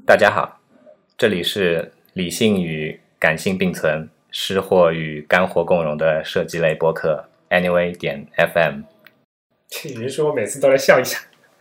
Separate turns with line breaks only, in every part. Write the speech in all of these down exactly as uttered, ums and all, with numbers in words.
大家好，这里是理性与感性并存，湿货与干货共融的设计类播客 Anyway 点 F M。
你是说我每次都来笑一下？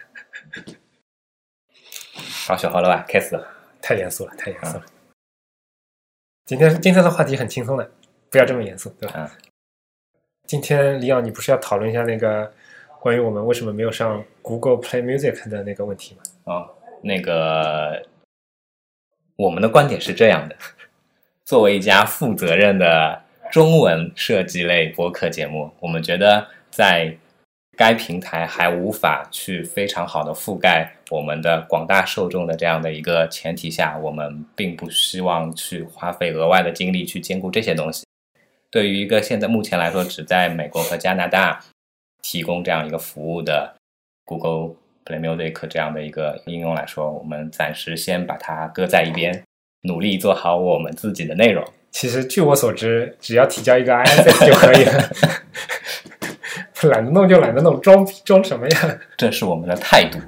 好，小好了吧，开始了。
太严肃了，太严肃了。嗯、今天今天的话题很轻松的，不要这么严肃，对吧？嗯、今天李昂，你不是要讨论一下那个关于我们为什么没有上 Google Play Music 的那个问题吗？
哦，那个我们的观点是这样的，作为一家负责任的中文设计类播客节目，我们觉得在该平台还无法去非常好的覆盖我们的广大受众的这样的一个前提下，我们并不希望去花费额外的精力去兼顾这些东西。对于一个现在目前来说只在美国和加拿大提供这样一个服务的 Google Play Music 这样的一个应用来说，我们暂时先把它搁在一边，努力做好我们自己的内容。
其实据我所知，只要提交一个 I S S 就可以了。懒得弄就懒得弄，装装什么呀？
这是我们的态度。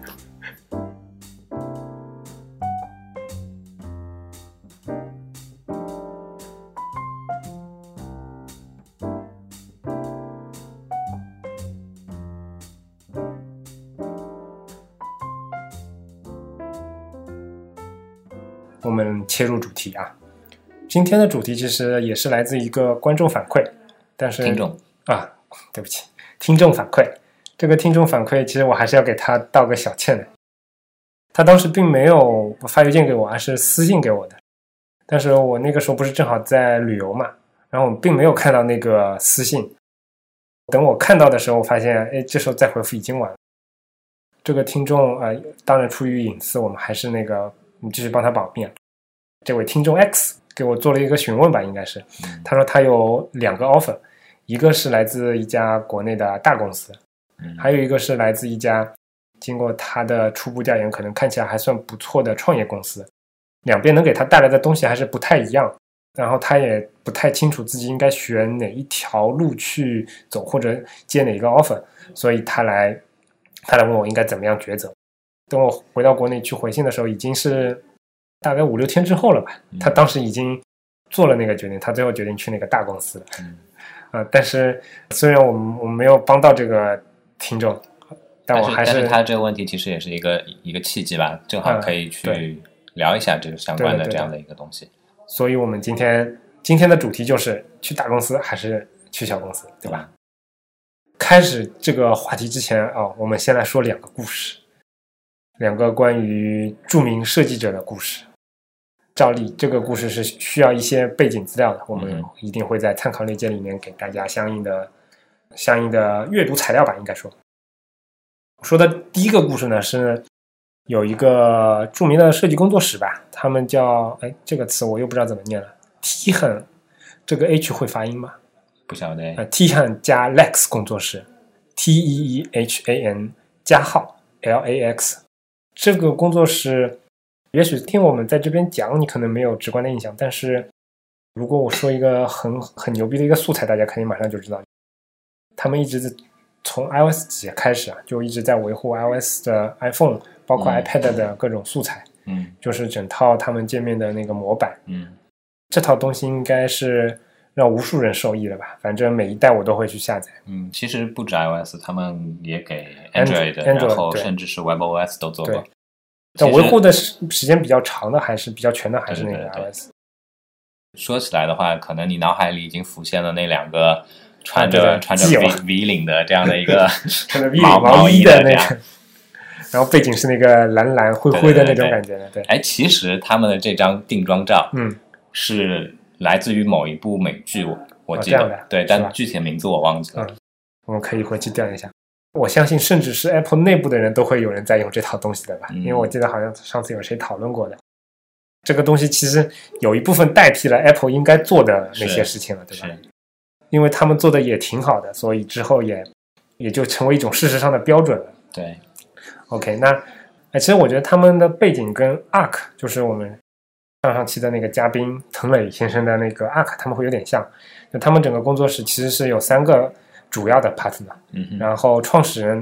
我们切入主题啊，今天的主题其实也是来自一个观众反馈，但是
听众
啊，对不起，听众反馈。这个听众反馈，其实我还是要给他道个小歉的。他当时并没有发邮件给我，而是私信给我的。但是我那个时候不是正好在旅游嘛，然后我并没有看到那个私信。等我看到的时候，我发现，哎，这时候再回复已经晚了。这个听众呃，当然出于隐私，我们还是那个。你继续帮他保密。这位听众 X 给我做了一个询问吧，应该是他说他有两个 offer， 一个是来自一家国内的大公司，还有一个是来自一家经过他的初步调研可能看起来还算不错的创业公司，两边能给他带来的东西还是不太一样，然后他也不太清楚自己应该选哪一条路去走或者接哪个 offer， 所以他来他来问我应该怎么样抉择。等我回到国内去回信的时候，已经是大概五六天之后了吧。他当时已经做了那个决定，他最后决定去那个大公司了。嗯，呃，但是虽然我们我们没有帮到这个听众，但我还是，
但是他这个问题其实也是一个一个契机吧，正好可以去聊一下这个相关的这样的一个东西。
对对对对，所以我们今天今天的主题就是去大公司还是去小公司，对吧？嗯、开始这个话题之前啊、哦，我们先来说两个故事。两个关于著名设计者的故事。照例这个故事是需要一些背景资料的，我们一定会在参考链接里面给大家相应的相应的阅读材料吧，应该说。说的第一个故事呢，是有一个著名的设计工作室吧，他们叫哎这个词我又不知道怎么念了 Tihan， 这个 H 会发音吗？
不晓得。
呃 Tihan 加 Lex 工作室 T E E H A N 加号 L A X。这个工作室也许听我们在这边讲你可能没有直观的印象，但是如果我说一个很很牛逼的一个素材，大家肯定马上就知道。他们一直从 iOS 几开始啊，就一直在维护 iOS 的 iPhone 包括 iPad 的各种素材，
嗯，
就是整套他们界面的那个模板，
嗯，
这套东西应该是让无数人受益了吧，反正每一代我都会去下载。
嗯，其实不止 iOS， 他们也给 Android，, Android 然后甚至是 WebOS 都做过。
但维护的时间比较长的还是比较全的还是那个 iOS。
对对对，说起来的话，可能你脑海里已经浮现了那两个穿着、啊、穿着 V, V 领的这样的一个
毛毛衣的那个，然后背景是那个蓝蓝灰灰的那种感觉的。对，
哎，其实他们的这张定妆照，
嗯，
是来自于某一部美剧，我我记得，
哦、
对，但具体的名字我忘记了。
嗯，我们可以回去调一下。我相信甚至是 Apple 内部的人都会有人在用这套东西的吧、嗯、因为我记得好像上次有谁讨论过的。这个东西其实有一部分代替了 Apple 应该做的那些事情了，对吧？因为他们做的也挺好的，所以之后也也就成为一种事实上的标准了。
对
OK， 那其实我觉得他们的背景跟 Arc 就是我们上上期的那个嘉宾滕磊先生的那个 Arc 他们会有点像。他们整个工作室其实是有三个主要的 partner，
嗯，
然后创始人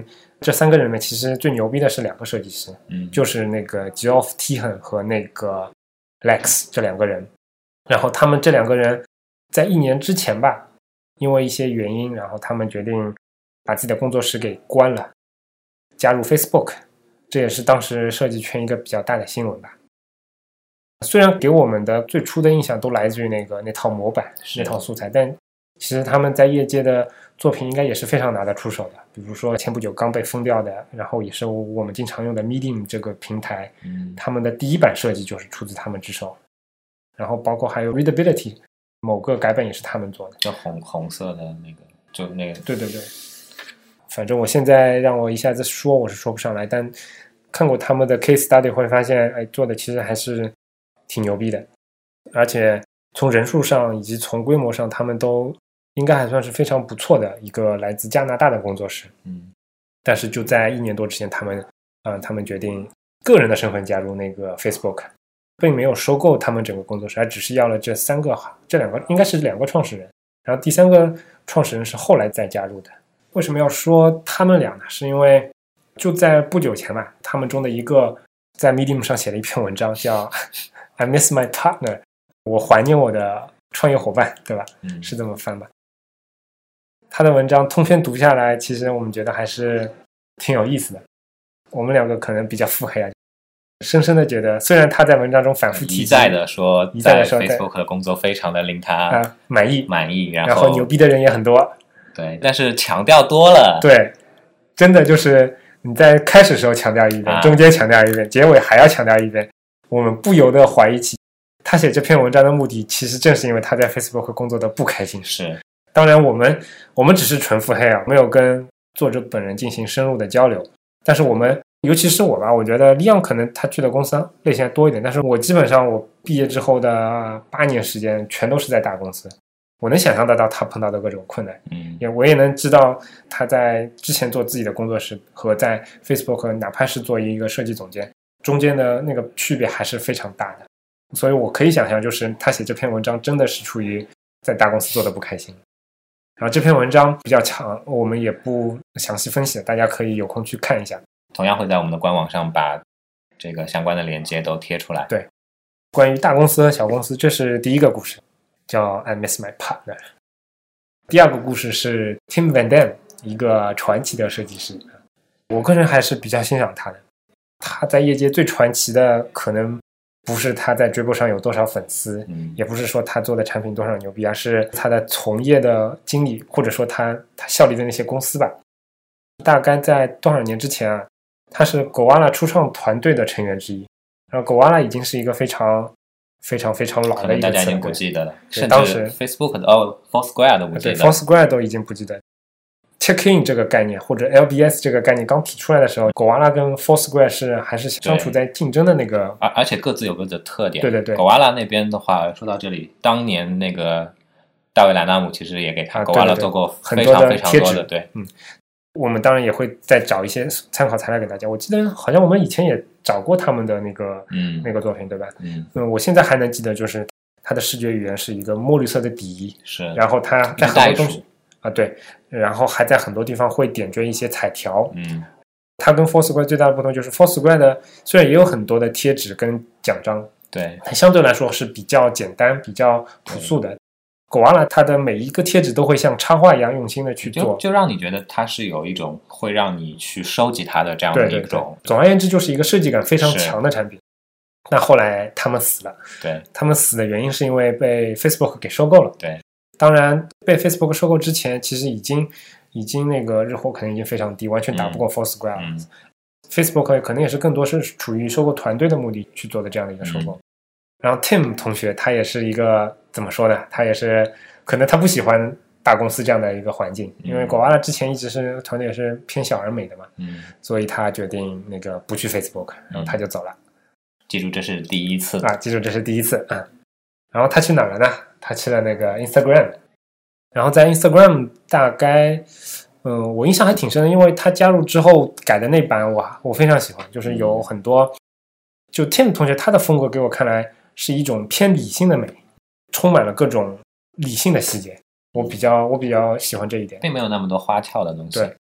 这三个人里面其实最牛逼的是两个设计师，
嗯，
就是那个 Geoff Tehan 和那个 Lex 这两个人。然后他们这两个人在一年之前吧，因为一些原因，然后他们决定把自己的工作室给关了，加入 Facebook， 这也是当时设计圈一个比较大的新闻吧。虽然给我们的最初的印象都来自于那个那套模板那套素材，但其实他们在业界的作品应该也是非常拿得出手的。比如说前不久刚被封掉的，然后也是我们经常用的 Medium 这个平台，
嗯，
他们的第一版设计就是出自他们之手。然后包括还有 Readability 某个改本也是他们做的，
就红红色的那个，就那个，
对对对。反正我现在让我一下子说我是说不上来，但看过他们的 case study 会发现，哎，做的其实还是挺牛逼的，而且从人数上以及从规模上，他们都应该还算是非常不错的一个来自加拿大的工作室。
嗯，
但是就在一年多之前，他们，呃，他们决定个人的身份加入那个 Facebook， 并没有收购他们整个工作室，而只是要了这三个，这两个应该是两个创始人，然后第三个创始人是后来再加入的。为什么要说他们俩呢？是因为就在不久前吧，他们中的一个在 Medium 上写了一篇文章，叫I miss my partner， 我怀念我的创业伙伴，对吧？
嗯，
是这么翻吧。他的文章通篇读下来，其实我们觉得还是挺有意思的。我们两个可能比较腹黑啊，深深的觉得，虽然他在文章中反复提及，
一再的说，
一再的说
Facebook 的工作非常的令他、
啊、满意
满意，然
后,
然
后牛逼的人也很多，
对，但是强调多了，
对，真的就是你在开始时候强调一遍、啊，中间强调一遍，结尾还要强调一遍，我们不由得怀疑起他写这篇文章的目的，其实正是因为他在 Facebook 工作的不开心。
是，
当然我们我们只是纯腹黑啊，没有跟作者本人进行深入的交流，但是我们尤其是我吧，我觉得利昂可能他去的公司类型多一点，但是我基本上我毕业之后的八年时间全都是在大公司，我能想象得到他碰到的各种困难，
嗯，
也我也能知道他在之前做自己的工作室和在 Facebook 哪怕是做一个设计总监中间的那个区别还是非常大的，所以我可以想象就是他写这篇文章真的是出于在大公司做的不开心。然后这篇文章比较长，我们也不详细分析，大家可以有空去看一下，
同样会在我们的官网上把这个相关的链接都贴出来。
对，关于大公司和小公司，这是第一个故事，叫 I miss my partner。 第二个故事是 Tim Van Dam， 一个传奇的设计师，我个人还是比较欣赏他的。他在业界最传奇的可能不是他在追播上有多少粉丝、嗯、也不是说他做的产品多少牛逼，而是他的从业的经历，或者说他他效力的那些公司吧。大概在多少年之前啊，他是 Gowalla 初创团队的成员之一，然后 Gowalla 已经是一个非常非常非常老的一个词，
大家已经不记得了，甚
至当时
Facebook 的哦 Foursquare 都不记得，
对 Foursquare 都已经不记得。Check-in 这个概念或者 L B S 这个概念刚提出来的时候， Gowalla 跟 Foursquare 是还是相处在竞争的那个，
而而且各自有各自的特点。
对对对
Gowalla 那边的话，说到这里，当年那个大卫莱纳姆其实也给他、啊、Gowalla 做过非常非常多的，对，
嗯，我们当然也会再找一些参考材料给大家。我记得好像我们以前也找过他们的那个
嗯
那个作品，对吧？
嗯,
嗯，我现在还能记得，就是它的视觉语言是一个墨绿色的底，
是，
然后它在很多东西啊，对，然后还在很多地方会点缀一些彩条。
嗯，
它跟 Foursquare 最大的不同就是 Foursquare 的虽然也有很多的贴纸跟奖章，
对，
它相对来说是比较简单、比较朴素的。Gowalla 它的每一个贴纸都会像插画一样用心的去做，
就就让你觉得它是有一种会让你去收集它的这样的一种。对对对，
总而言之，就是一个设计感非常强的产品。那后来他们死了，
对，
他们死的原因是因为被 Facebook 给收购了。
对。
当然被 Facebook 收购之前其实已经已经那个日活可能已经非常低，完全打不过 Foursquare、嗯嗯、Facebook 可能也是更多是处于收购团队的目的去做的这样的一个收购、嗯、然后 Tim 同学他也是一个怎么说呢，他也是可能他不喜欢大公司这样的一个环境、嗯、因为 Gowalla 之前一直是团队也是偏小而美的嘛、
嗯、
所以他决定那个不去 Facebook， 然后他就走了、嗯、
记住这是第一次
啊，记住这是第一次、嗯、然后他去哪了呢？他去了那个 Instagram， 然后在 Instagram 大概嗯，我印象还挺深的，因为他加入之后改的那版我我非常喜欢，就是有很多就 Tim 同学他的风格给我看来是一种偏理性的美，充满了各种理性的细节，我比较我比较喜欢这一点，
并没有那么多花俏的东西。
对，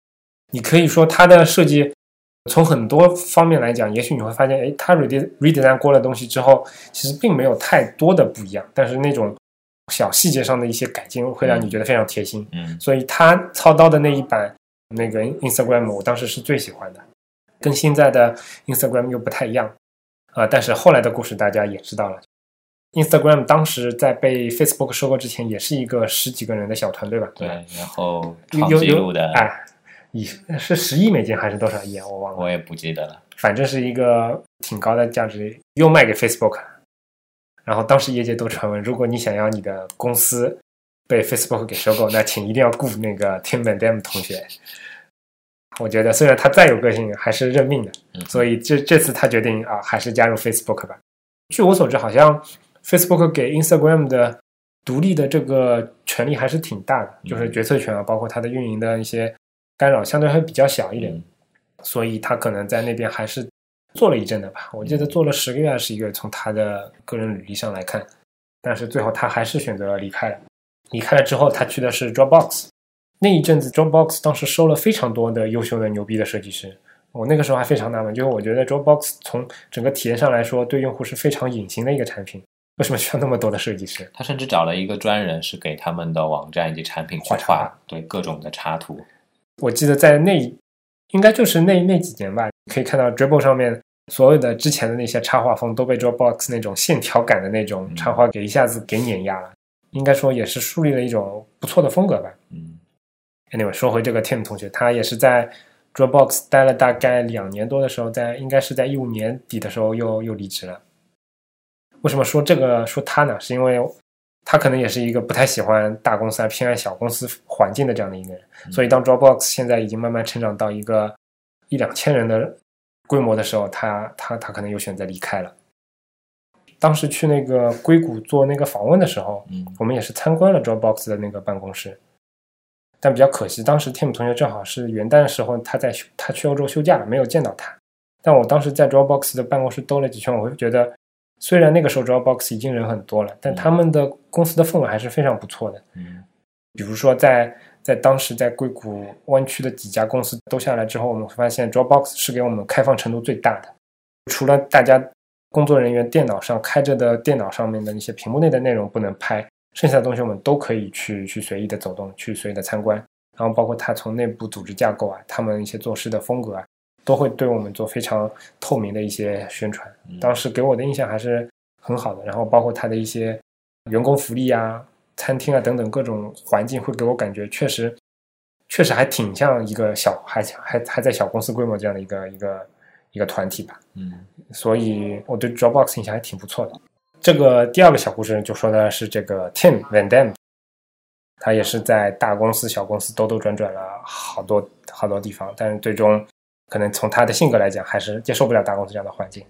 你可以说它的设计从很多方面来讲，也许你会发现，哎，它 redesign 过了东西之后，其实并没有太多的不一样，但是那种小细节上的一些改进会让你觉得非常贴心。
嗯，
所以它操刀的那一版那个 Instagram 我当时是最喜欢的，跟现在的 Instagram 又不太一样啊、呃。但是后来的故事大家也知道了。Instagram 当时在被 Facebook 收购之前，也是一个十几个人的小团队吧？
对，然后创纪录的，
哎，以是十亿美金还是多少亿啊？我忘了，
我也不记得了。
反正是一个挺高的价值，又卖给 Facebook。然后当时业界都传闻，如果你想要你的公司被 Facebook 给收购，那请一定要雇那个 Tim Van Damme 同学。我觉得虽然他再有个性，还是认命的，
嗯、
所以这这次他决定啊，还是加入 Facebook 吧。据我所知，好像 Facebook 给 Instagram 的独立的这个权力还是挺大的，就是决策权啊，包括它的运营的一些干扰相对会比较小一点，
嗯、
所以他可能在那边还是做了一阵的吧。我记得做了十个月还是十一个月，从他的个人履历上来看，但是最后他还是选择离开了。离开了之后，他去的是 Dropbox。那一阵子 Dropbox 当时收了非常多的优秀的牛逼的设计师，我那个时候还非常纳闷，就是我觉得 Dropbox 从整个体验上来说，对用户是非常隐形的一个产品，为什么需要那么多的设计师？
他甚至找了一个专人是给他们的网站以及产品去画对各种的插图。
我记得在那应该就是那那几年吧，可以看到 Dribble 上面所有的之前的那些插画风都被 Dropbox 那种线条感的那种插画给一下子给碾压了，嗯、应该说也是树立了一种不错的风格吧。
嗯。
Anyway， 说回这个 Tim 同学，他也是在 Dropbox 待了大概两年多的时候，在应该是在一五年底的时候又又离职了。为什么说这个说他呢？是因为他可能也是一个不太喜欢大公司，还偏爱小公司环境的这样的一个人。嗯、所以当 Dropbox 现在已经慢慢成长到一个一两千人的规模的时候，他他他可能又选择离开了。当时去那个硅谷做那个访问的时候，
嗯、
我们也是参观了 Dropbox 的那个办公室。但比较可惜，当时 Tim 同学正好是元旦的时候，他在他去欧洲休假了，没有见到他。但我当时在 Dropbox 的办公室兜了几圈，我会觉得，虽然那个时候 Dropbox 已经人很多了，但他们的公司的氛围还是非常不错的。
嗯，
比如说在在当时在硅谷湾区的几家公司都下来之后，我们会发现 Dropbox 是给我们开放程度最大的。除了大家工作人员电脑上开着的电脑上面的那些屏幕内的内容不能拍，剩下的东西我们都可以去去随意的走动，去随意的参观，然后包括他从内部组织架构啊，他们一些做事的风格啊，都会对我们做非常透明的一些宣传。当时给我的印象还是很好的，然后包括他的一些员工福利啊、餐厅啊等等各种环境，会给我感觉确实确实还挺像一个小还还还在小公司规模这样的一个一个一个团体吧。
嗯，
所以我对 Dropbox 印象还挺不错的。这个第二个小故事就说的是这个 Tim Van Damme， 他也是在大公司小公司兜兜转转了好多好多地方，但是最终可能从他的性格来讲还是接受不了大公司这样的环境。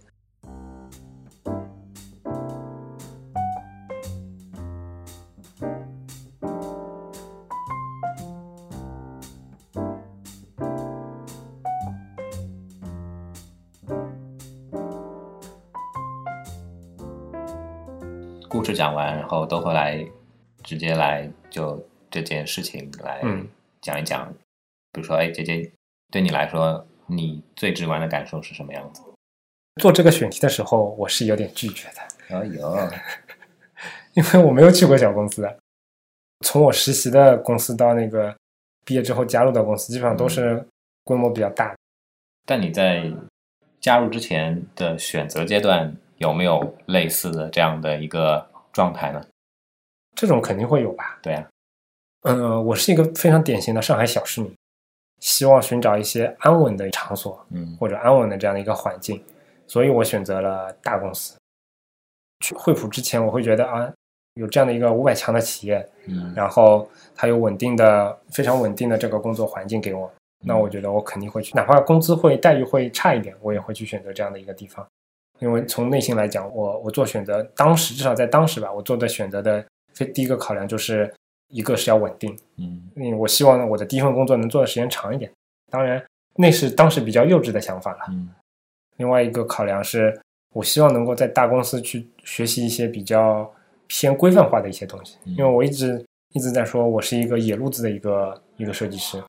故事讲完，然后都会来直接来就这件事情来讲一讲。嗯、比如说，哎，姐姐，对你来说，你最直观的感受是什么样子？
做这个选题的时候，我是有点拒绝的。
哎呦，
因为我没有去过小公司的，从我实习的公司到那个毕业之后加入的公司，基本上都是规模比较大的。嗯、
但你在加入之前的选择阶段，有没有类似的这样的一个状态呢？
这种肯定会有吧。
对啊，
嗯、呃，我是一个非常典型的上海小市民，希望寻找一些安稳的场所，
嗯，
或者安稳的这样的一个环境，所以我选择了大公司。去惠普之前，我会觉得啊，有这样的一个五百强的企业，
嗯，
然后它有稳定的、非常稳定的这个工作环境给我，那我觉得我肯定会去，哪怕工资会待遇会差一点，我也会去选择这样的一个地方。因为从内心来讲，我我做选择，当时至少在当时吧，我做的选择的第一个考量就是一个是要稳定，
嗯，
因为我希望我的第一份工作能做的时间长一点，当然那是当时比较幼稚的想法了。
嗯，
另外一个考量是我希望能够在大公司去学习一些比较偏规范化的一些东西，
嗯、
因为我一直一直在说我是一个野路子的一个一个设计师，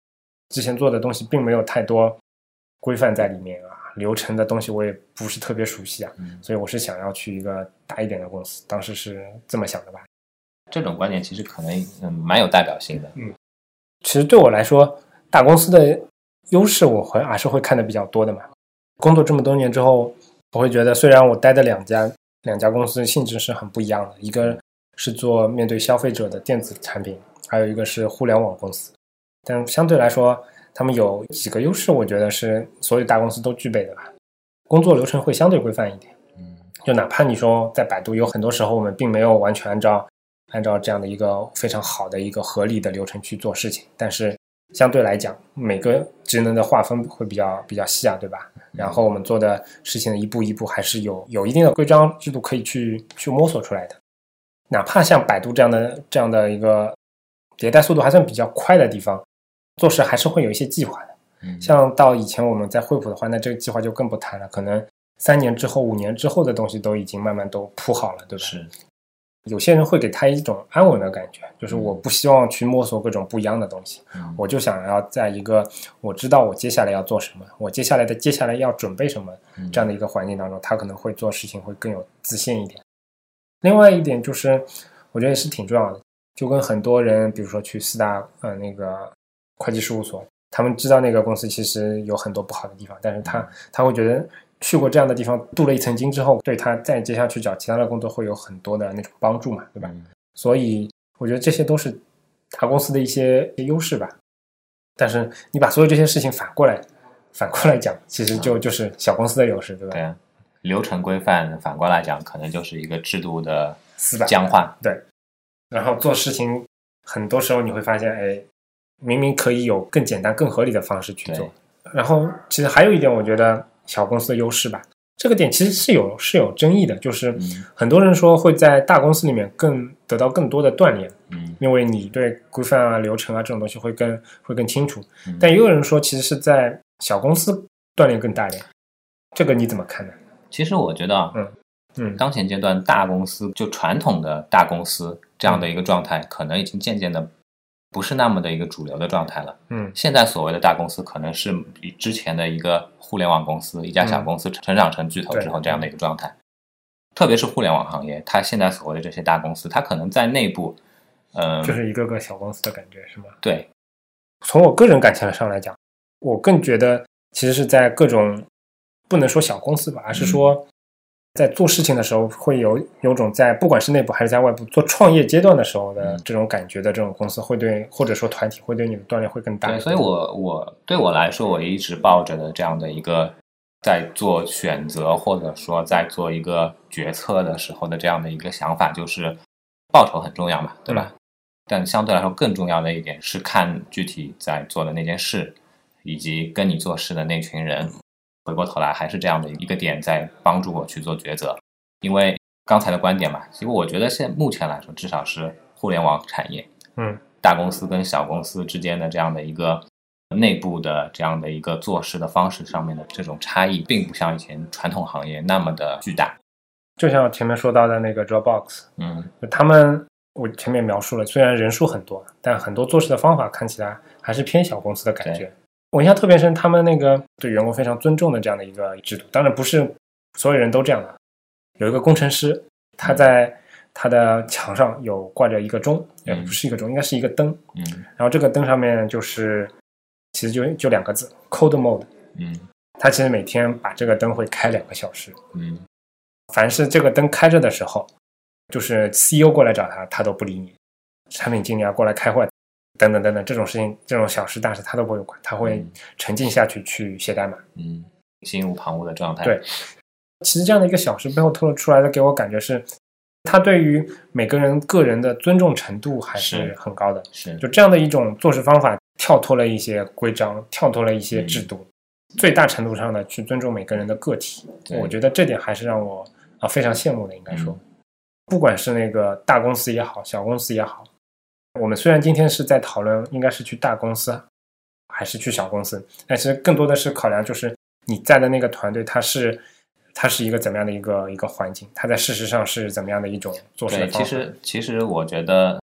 之前做的东西并没有太多规范在里面啊，流程的东西我也不是特别熟悉啊，
嗯，
所以我是想要去一个大一点的公司，当时是这么想的吧。
这种观点其实可能嗯蛮有代表性的。
嗯，其实对我来说，大公司的优势我会还是会看的比较多的嘛。工作这么多年之后，我会觉得虽然我待的两家两家公司性质是很不一样的，一个是做面对消费者的电子产品，还有一个是互联网公司，但相对来说他们有几个优势，我觉得是所有大公司都具备的吧。工作流程会相对规范一点，
嗯，
就哪怕你说在百度有很多时候我们并没有完全按照按照这样的一个非常好的一个合理的流程去做事情，但是相对来讲每个职能的划分会比较比较细啊，对吧？然后我们做的事情的一步一步还是有有一定的规章制度可以去去摸索出来的。哪怕像百度这样的这样的一个迭代速度还算比较快的地方，做事还是会有一些计划的。
嗯，
像到以前我们在惠普的话，那这个计划就更不谈了，可能三年之后五年之后的东西都已经慢慢都铺好了，对吧？
是。
有些人会给他一种安稳的感觉，就是我不希望去摸索各种不一样的东西，
嗯，
我就想要在一个我知道我接下来要做什么，我接下来的接下来要准备什么这样的一个环境当中，他可能会做事情会更有自信一点。另外一点就是我觉得也是挺重要的，就跟很多人比如说去四大呃那个会计事务所，他们知道那个公司其实有很多不好的地方，但是他他会觉得去过这样的地方镀了一层金之后，对他再接下去找其他的工作会有很多的那种帮助嘛，对吧？
嗯，
所以我觉得这些都是大公司的一些优势吧。但是你把所有这些事情反过来反过来讲，其实就就是小公司的优势，对吧？
对啊，流程规范反过来讲可能就是一个制度的
死板
僵化。
对，然后做事情很多时候你会发现，哎，明明可以有更简单更合理的方式去做。然后其实还有一点我觉得小公司的优势吧，这个点其实是有是有争议的，就是很多人说会在大公司里面更得到更多的锻炼，
嗯，
因为你对规范啊流程啊这种东西会更会更清楚，但也有人说其实是在小公司锻炼更大一点，这个你怎么看呢？
其实我觉得嗯嗯，当前阶段大公司就传统的大公司这样的一个状态，可能已经渐渐的不是那么的一个主流的状态了。
嗯，
现在所谓的大公司可能是比之前的一个互联网公司一家小公司成长成巨头之后这样的一个状态。特别是互联网行业，它现在所谓的这些大公司，它可能在内部呃，
就是一个个小公司的感觉，是吗？
对。
从我个人感情上来讲，我更觉得其实是在各种不能说小公司吧，而是说在做事情的时候会有有种在不管是内部还是在外部做创业阶段的时候的这种感觉的这种公司会对，或者说团体会对你的锻炼会更大。
对，所以我我对我来说，我一直抱着的这样的一个在做选择或者说在做一个决策的时候的这样的一个想法，就是报酬很重要嘛，对吧？嗯，但相对来说更重要的一点是看具体在做的那件事以及跟你做事的那群人，回过头来还是这样的一个点在帮助我去做抉择。因为刚才的观点嘛，其实我觉得现目前来说至少是互联网产业，
嗯，
大公司跟小公司之间的这样的一个内部的这样的一个做事的方式上面的这种差异，并不像以前传统行业那么的巨大。
就像前面说到的那个 Dropbox，
嗯，
他们我前面描述了，虽然人数很多，但很多做事的方法看起来还是偏小公司的感觉。我印象特别深，他们那个对员工非常尊重的这样的一个制度，当然不是所有人都这样的。有一个工程师，他在他的墙上有挂着一个钟，也不是一个钟，应该是一个灯。
嗯，
然后这个灯上面就是其实就就两个字 ，Code Mode。
嗯，
他其实每天把这个灯会开两个小时。
嗯，
凡是这个灯开着的时候，就是 C E O 过来找他，他都不理你；产品经理啊过来开会，等等等等，这种事情，这种小事大事他都不会管，他会沉浸下去去写代码。
嗯，心无旁骛的状态。
对，其实这样的一个小事背后透露出来的，给我感觉是，他对于每个人个人的尊重程度还是很高的。
是，
就这样的一种做事方法，跳脱了一些规章，跳脱了一些制度，嗯、最大程度上的去尊重每个人的个体。我觉得这点还是让我啊非常羡慕的，应该说。嗯，不管是那个大公司也好，小公司也好，我们虽然今天是在讨论应该是去大公司还是去小公司，但是更多的是考量就是你在的那个团队它是它是一个怎么样的一个一个环境，它在事实上是怎么样的一种做事的方法。
对，其实其实我觉得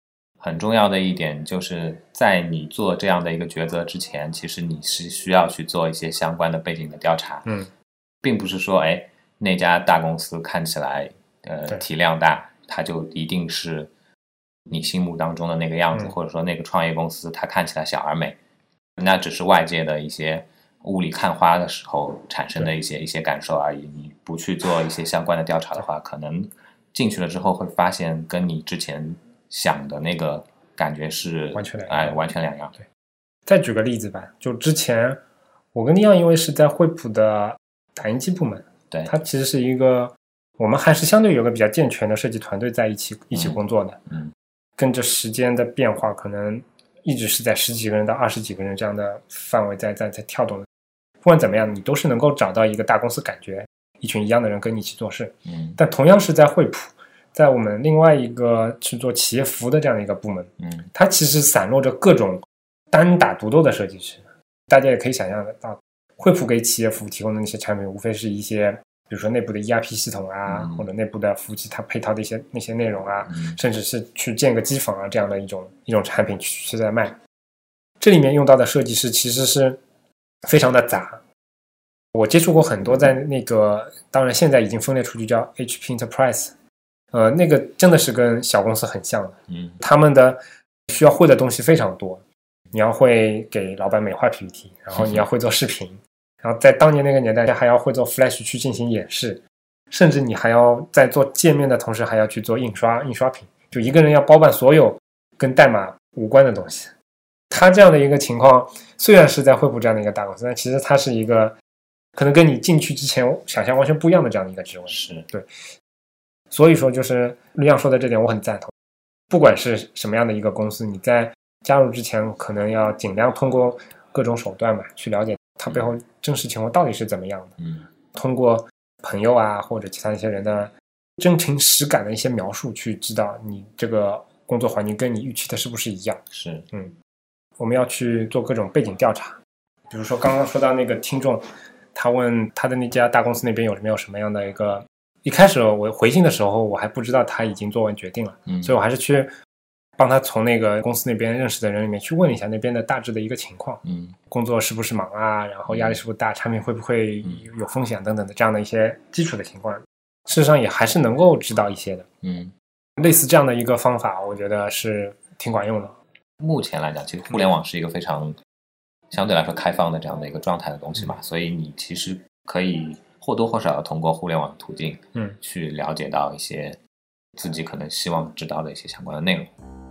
很重要的一点就是在你做这样的一个抉择之前，其实你是需要去做一些相关的背景的调查。
嗯，
并不是说哎那家大公司看起来呃体量大，它就一定是你心目当中的那个样子，
嗯、
或者说那个创业公司它看起来小而美，那只是外界的一些雾里看花的时候产生的一些一些感受而已。你不去做一些相关的调查的话，可能进去了之后会发现跟你之前想的那个感觉是
完全两样。
哎，完全两样。
对，再举个例子吧，就之前我跟利昂因为是在惠普的打印机部门，
对，
它其实是一个我们还是相对有个比较健全的设计团队在一起一起工作的。
嗯，
跟着时间的变化，可能一直是在十几个人到二十几个人这样的范围在在在跳动的。不管怎么样，你都是能够找到一个大公司感觉，一群一样的人跟你一起做事。
嗯，
但同样是在惠普，在我们另外一个是做企业服务的这样的一个部门，
嗯，
它其实散落着各种单打独斗的设计师。大家也可以想象得到，惠普给企业服务提供的那些产品，无非是一些比如说内部的 E R P 系统啊，
嗯、
或者内部的服务器它配套的一些那些内容啊、
嗯，
甚至是去建个机房啊这样的一种一种产品去去在卖。这里面用到的设计师其实是非常的杂。我接触过很多在那个，当然现在已经分裂出去叫 H P Enterprise， 呃，那个真的是跟小公司很像的。
嗯，
他们的需要会的东西非常多，你要会给老板美化 P P T， 然后你要会做视频，然后在当年那个年代还要会做 Flash 去进行演示，甚至你还要在做界面的同时还要去做印刷印刷品，就一个人要包办所有跟代码无关的东西。他这样的一个情况虽然是在惠普这样的一个大公司，但其实它是一个可能跟你进去之前想象完全不一样的这样的一个职位。
是，
对。所以说就是李阳说的这点我很赞同，不管是什么样的一个公司，你在加入之前可能要尽量通过各种手段嘛，去了解它背后真实情况到底是怎么样的。
嗯，
通过朋友啊或者其他一些人的真情实感的一些描述，去知道你这个工作环境跟你预期的是不是一样。
是，
嗯，我们要去做各种背景调查，比如说刚刚说到那个听众，他问他的那家大公司那边有没有什么样的一个，一开始我回信的时候我还不知道他已经做完决定了，
嗯，
所以我还是去帮他从那个公司那边认识的人里面去问一下那边的大致的一个情况，
嗯，
工作是不是忙啊，然后压力是不是大，产品会不会有风险等等的这样的一些基础的情况，事实上也还是能够知道一些的。
嗯，
类似这样的一个方法我觉得是挺管用的。
目前来讲其实互联网是一个非常相对来说开放的这样的一个状态的东西嘛，
嗯，
所以你其实可以或多或少的通过互联网途径
嗯，
去了解到一些自己可能希望知道的一些相关的内容。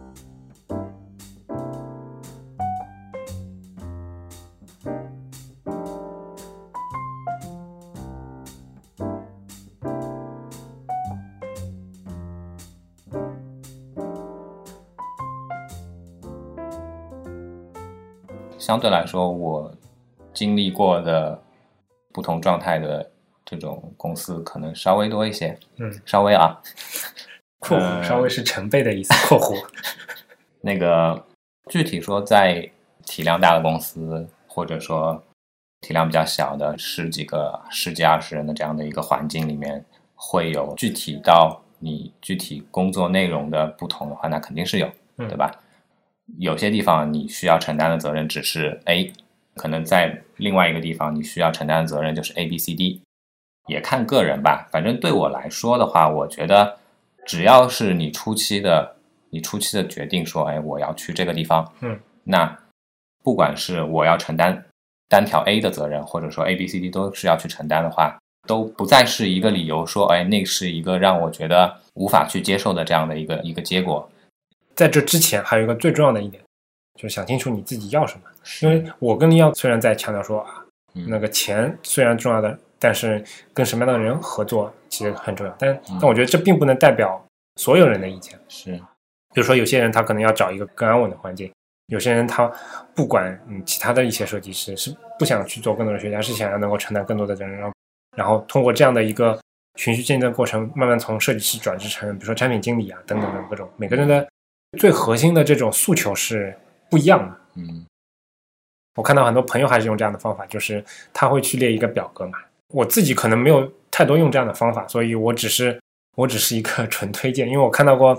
相对来说我经历过的不同状态的这种公司可能稍微多一些，
嗯，
稍微啊，
括弧稍微是成倍的意思，括弧
那个具体说在体量大的公司或者说体量比较小的十几个十几二十人的这样的一个环境里面，会有具体到你具体工作内容的不同的话，那肯定是有，
嗯，
对吧？有些地方你需要承担的责任只是 A， 可能在另外一个地方你需要承担的责任就是 A B C D， 也看个人吧。反正对我来说的话，我觉得只要是你初期的你初期的决定说，哎，我要去这个地方，
嗯，
那不管是我要承担单条 A 的责任，或者说 A B C D 都是要去承担的话，都不再是一个理由说，哎，那是一个让我觉得无法去接受的这样的一个一个结果。
在这之前还有一个最重要的一点，就是想清楚你自己要什么。因为我跟利耀虽然在强调说啊，
嗯，那
个钱虽然重要的，但是跟什么样的人合作其实很重要，但、
嗯、
但我觉得这并不能代表所有人的意见。
是，
比如说有些人他可能要找一个更安稳的环境，有些人他不管嗯其他的一些设计师是不想去做更多的学习，是想要能够承担更多的责任，然后通过这样的一个循序渐进的过程，慢慢从设计师转制成比如说产品经理啊等等等各种，每个人的最核心的这种诉求是不一样的。
嗯，
我看到很多朋友还是用这样的方法，就是他会去列一个表格嘛。我自己可能没有太多用这样的方法，所以我只是我只是一个纯推荐，因为我看到过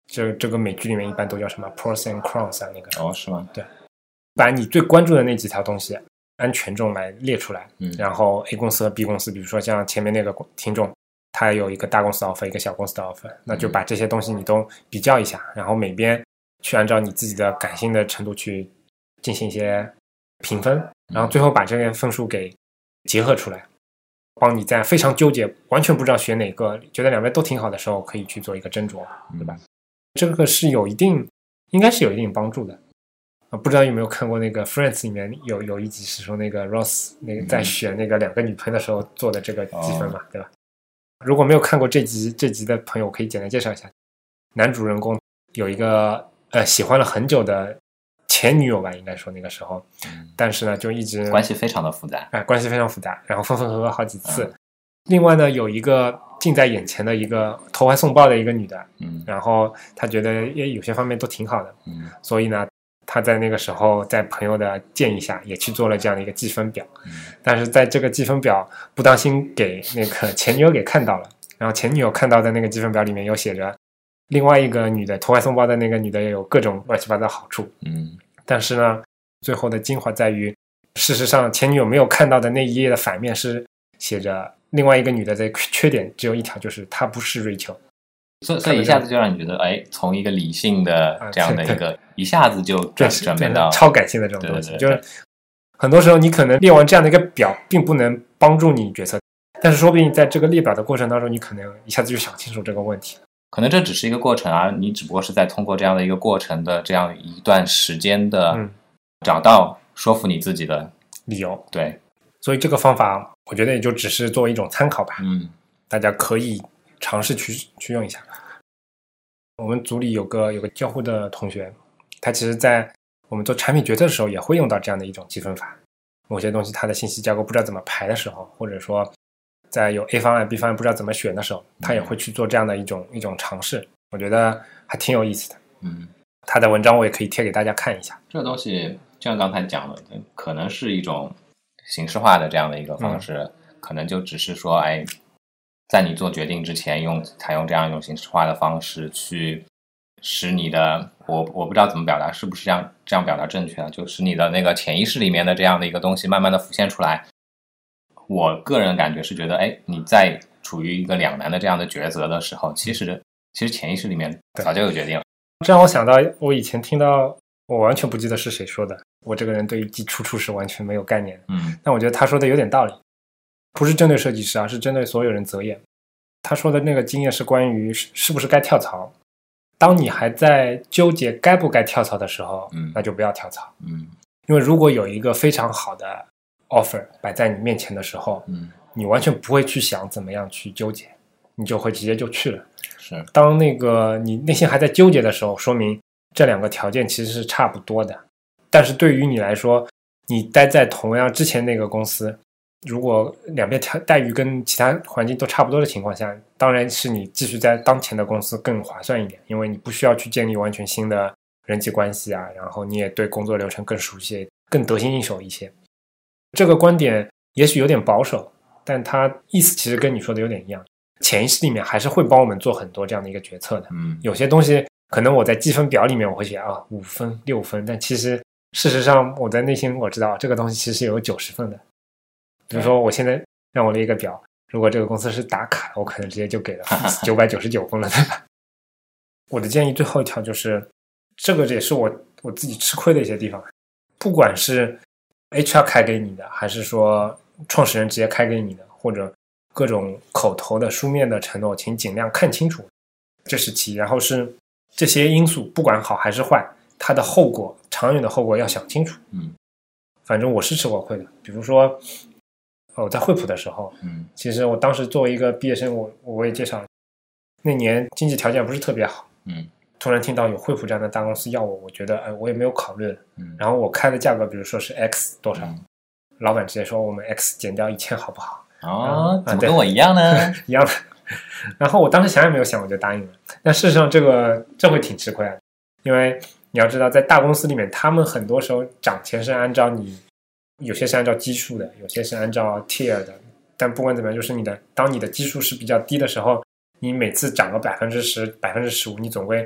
这这个美剧里面一般都叫什么 pros and cons 啊，那个
哦，是吗？
对，把你最关注的那几条东西按权重来列出来，
嗯，
然后 A 公司和 B 公司，比如说像前面那个听众，他有一个大公司的 offer，一个小公司的 offer，那就把这些东西你都比较一下，然后每边去按照你自己的感性的程度去进行一些评分，然后最后把这些分数给结合出来，帮你在非常纠结完全不知道选哪个觉得两边都挺好的时候可以去做一个斟酌，对吧？这个是有一定应该是有一定帮助的。不知道有没有看过那个 Friends 里面有有一集是说那个 Ross 那个在选那个两个女朋友的时候做的这个积分嘛，哦，对吧？如果没有看过这集这集的朋友，我可以简单介绍一下。男主人公有一个呃喜欢了很久的前女友吧，应该说那个时候，嗯，但是呢就一直
关系非常的复杂，
哎，关系非常复杂，然后分分合合好几次。嗯，另外呢有一个近在眼前的一个投怀送抱的一个女的，嗯，然后他觉得也有些方面都挺好的，嗯，所以呢他在那个时候在朋友的建议下也去做了这样的一个计分表，嗯，但是在这个计分表不当心给那个前女友给看到了，然后前女友看到的那个计分表里面有写着另外一个女的投怀送抱的那个女的也有各种乱七八糟好处，嗯，但是呢最后的精华在于事实上前女友没有看到的那一页的反面是写着另外一个女的的缺点只有一条，就是她不是瑞秋。
所以所以一下子就让你觉得，哎，从一个理性的这样的一个，啊，一下子就转转变到
超感性的这种东西。
对对对，
就是很多时候你可能列完这样的一个表，并不能帮助你决策，但是说不定在这个列表的过程当中，你可能一下子就想清楚这个问题。
可能这只是一个过程，而你只不过是在通过这样的一个过程的这样一段时间的，嗯，找到说服你自己的
理由。
对，
所以这个方法，我觉得也就只是作为一种参考吧。
嗯，
大家可以尝试去去用一下。我们组里有个有个交互的同学，他其实在我们做产品决策的时候也会用到这样的一种积分法。某些东西它的信息架构不知道怎么排的时候，或者说在有 A 方案 B 方案不知道怎么选的时候，他也会去做这样的一种一种尝试，我觉得还挺有意思的。
嗯，
他的文章我也可以贴给大家看一下。
这个东西就像刚才讲的，可能是一种形式化的这样的一个方式，嗯，可能就只是说，哎，在你做决定之前用采用这样一种形式化的方式去使你的我我不知道怎么表达，是不是这样这样表达正确啊？就使你的那个潜意识里面的这样的一个东西慢慢的浮现出来。我个人感觉是觉得，哎，你在处于一个两难的这样的抉择的时候，其实其实潜意识里面早就有决定了。
这让我想到我以前听到，我完全不记得是谁说的，我这个人对于记出处是完全没有概念的，
嗯，
但我觉得他说的有点道理，不是针对设计师啊，是针对所有人择业。他说的那个经验是关于是不是该跳槽，当你还在纠结该不该跳槽的时候，
嗯，
那就不要跳槽，
嗯，
因为如果有一个非常好的 offer 摆在你面前的时候，
嗯，
你完全不会去想怎么样去纠结，你就会直接就去了。
是，
当那个你内心还在纠结的时候，说明这两个条件其实是差不多的。但是对于你来说，你待在同样之前那个公司，如果两边待遇跟其他环境都差不多的情况下，当然是你继续在当前的公司更划算一点，因为你不需要去建立完全新的人际关系啊，然后你也对工作流程更熟悉，更得心应手一些。这个观点也许有点保守，但它意思其实跟你说的有点一样，潜意识里面还是会帮我们做很多这样的一个决策的。
嗯，
有些东西可能我在积分表里面我会写啊五分六分，但其实事实上我在内心我知道这个东西其实有九十分的。比如说我现在让我列一个表，如果这个公司是打卡，我可能直接就给了九百九十九分了，对吧？我的建议最后一条就是，这个也是我我自己吃亏的一些地方，不管是 H R 开给你的，还是说创始人直接开给你的，或者各种口头的书面的承诺，请尽量看清楚，这是其一。然后是这些因素不管好还是坏，它的后果长远的后果要想清楚。
嗯，
反正我是吃过亏的。比如说我在惠普的时候，
嗯，
其实我当时作为一个毕业生，我我也介绍了，那年经济条件不是特别好，
嗯，
突然听到有惠普这样的大公司要我，我觉得哎，我也没有考虑了，
嗯，
然后我开的价格，比如说是 X 多少，
嗯，
老板直接说我们 X 减掉一千好不好？
哦，怎么跟我一样呢？
一样的。然后我当时想也没有想，我就答应了。但事实上，这个这会挺吃亏的，因为你要知道，在大公司里面，他们很多时候涨钱是按照你，有些是按照基数的，有些是按照 tier 的。但不管怎么样，就是你的，当你的基数是比较低的时候，你每次涨个百分之十、百分之十五，你总归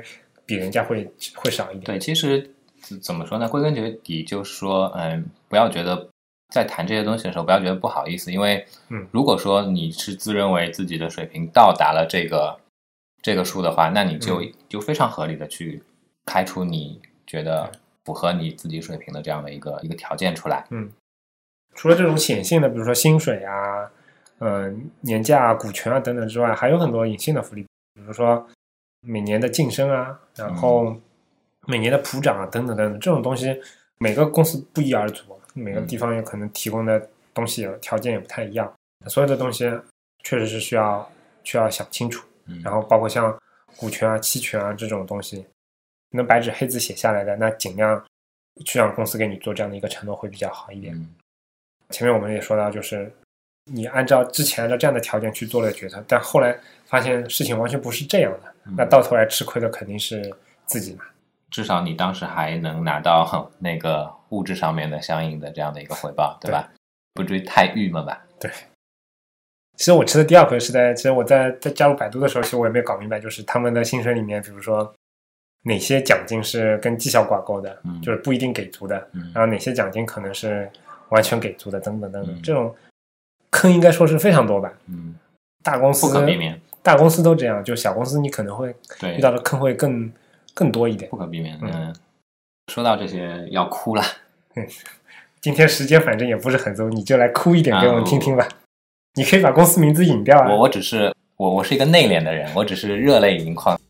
比人家会会少一点。
对，其实怎么说呢？归根结底就是说，嗯，不要觉得在谈这些东西的时候，不要觉得不好意思，因为，
嗯，
如果说你是自认为自己的水平到达了这个这个数的话，那你就、
嗯、
就非常合理的去开出你觉得符合你自己水平的这样的一个一个条件出来。
嗯，除了这种显性的，比如说薪水啊、嗯、呃、年假啊、股权啊等等之外，还有很多隐性的福利，比如说每年的晋升啊，然后每年的普涨啊等等等等，这种东西每个公司不一而足，每个地方有可能提供的东西条件也不太一样，所有的东西确实是需要需要想清楚。然后包括像股权啊、期权啊这种东西，能白纸黑字写下来的，那尽量去让公司给你做这样的一个承诺会比较好一点。
嗯、
前面我们也说到，就是你按照之前的这样的条件去做了决策，但后来发现事情完全不是这样的，
嗯、
那到头来吃亏的肯定是自己嘛。
至少你当时还能拿到那个物质上面的相应的这样的一个回报，对吧？对，不至于太郁闷吧？
对。其实我吃的第二亏是在，其实我在在加入百度的时候，其实我也没有搞明白，就是他们的薪水里面，比如说哪些奖金是跟绩效挂钩的，
嗯、
就是不一定给足的，
嗯、
然后哪些奖金可能是完全给足的，等等等等，
嗯、
这种坑应该说是非常多吧。
嗯，
大公司
不可避免，
大公司都这样，就小公司你可能会
对
遇到的坑会更更多一点，
不可避免。嗯，嗯说到这些要哭了。
嗯，今天时间反正也不是很足，你就来哭一点给我们听听吧。啊你可以把公司名字隐掉啊！
我我只是我我是一个内敛的人，我只是热泪盈眶。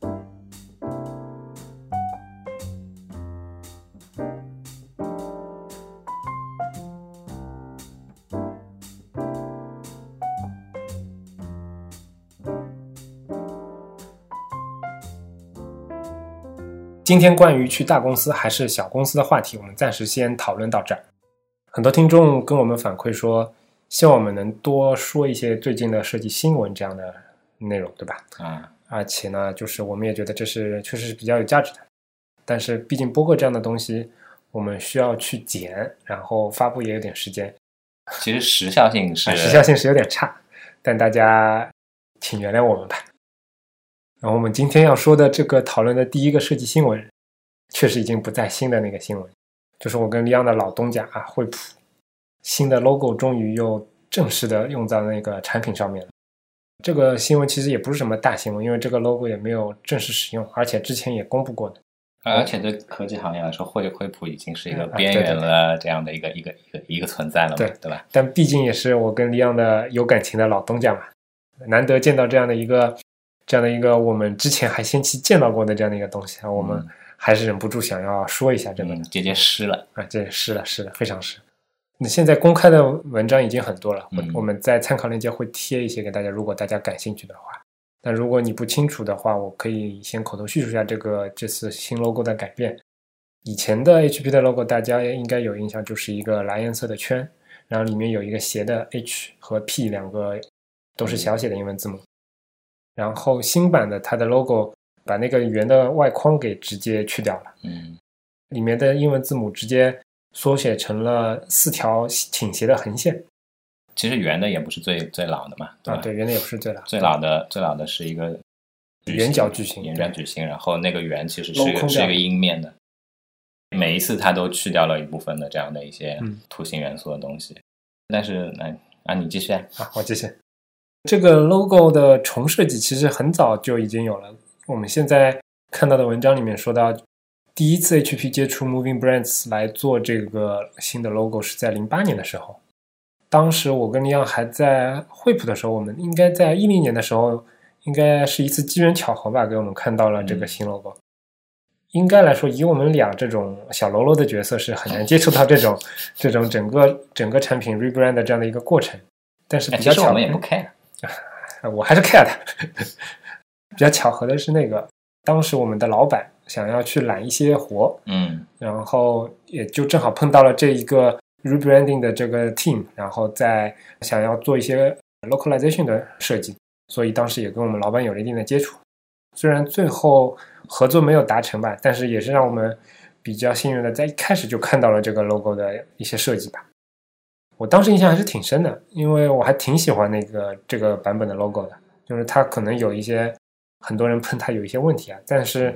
今天关于去大公司还是小公司的话题，我们暂时先讨论到这儿。很多听众跟我们反馈说，希望我们能多说一些最近的设计新闻这样的内容，对吧？
嗯，
而且呢，就是我们也觉得这是确实是比较有价值的。但是毕竟播客这样的东西，我们需要去剪，然后发布也有点时间。
其实时效性是、
啊、时效性是有点差，但大家请原谅我们吧。然后我们今天要说的这个讨论的第一个设计新闻，确实已经不再新的那个新闻，就是我跟利昂的老东家啊，惠普。新的 logo 终于又正式的用在那个产品上面了。这个新闻其实也不是什么大新闻，因为这个 logo 也没有正式使用，而且之前也公布过的。
而且对科技行业来说，惠惠普已经是一个边缘了这样的一个、嗯、一个一个一个存在了嘛，
对
对吧？
但毕竟也是我跟利昂的有感情的老东家嘛，难得见到这样的一个这样的一个我们之前还先期见到过的这样的一个东西啊，我们还是忍不住想要说一下这个。
嗯，结结湿了
啊，这是了是了，非常湿。那现在公开的文章已经很多了，
嗯、
我们在参考链接会贴一些给大家，如果大家感兴趣的话。但如果你不清楚的话，我可以先口头叙述一下这个这次新 logo 的改变。以前的 H P 的 logo 大家应该有印象，就是一个蓝颜色的圈，然后里面有一个斜的 H 和 P 两个都是小写的英文字母。然后新版的它的 logo 把那个圆的外框给直接去掉了，
嗯，
里面的英文字母直接缩写成了四条倾斜的横线。
其实圆的也不是最最老的嘛，对吧？
啊，对，圆的也不是最老的，
最老的最老的是一个
圆角矩形，
圆角矩形，然后那个圆其实是一个是一个阴面的，每一次它都去掉了一部分的这样的一些图形元素的东西。嗯、但是那啊，你继续啊，
我继续。这个 logo 的重设计其实很早就已经有了，我们现在看到的文章里面说到，第一次 H P 接触 Moving Brands 来做这个新的 logo 是在零八年的时候。当时我跟利昂还在惠普的时候，我们应该在一零年的时候，应该是一次机缘巧合吧，给我们看到了这个新 logo。嗯、应该来说，以我们俩这种小喽啰的角色，是很难接触到这种这种整个整个产品 rebrand 的这样的一个过程。但是比较巧合，
其实我们也不 care，
我还是 care 的。比较巧合的是，那个当时我们的老板想要去揽一些活，
嗯，
然后也就正好碰到了这一个rebranding 的这个 team， 然后在想要做一些 localization 的设计，所以当时也跟我们老板有了一定的接触。虽然最后合作没有达成吧，但是也是让我们比较幸运的在一开始就看到了这个 logo 的一些设计吧。我当时印象还是挺深的，因为我还挺喜欢那个这个版本的 logo 的，就是它可能有一些很多人喷它有一些问题啊，但是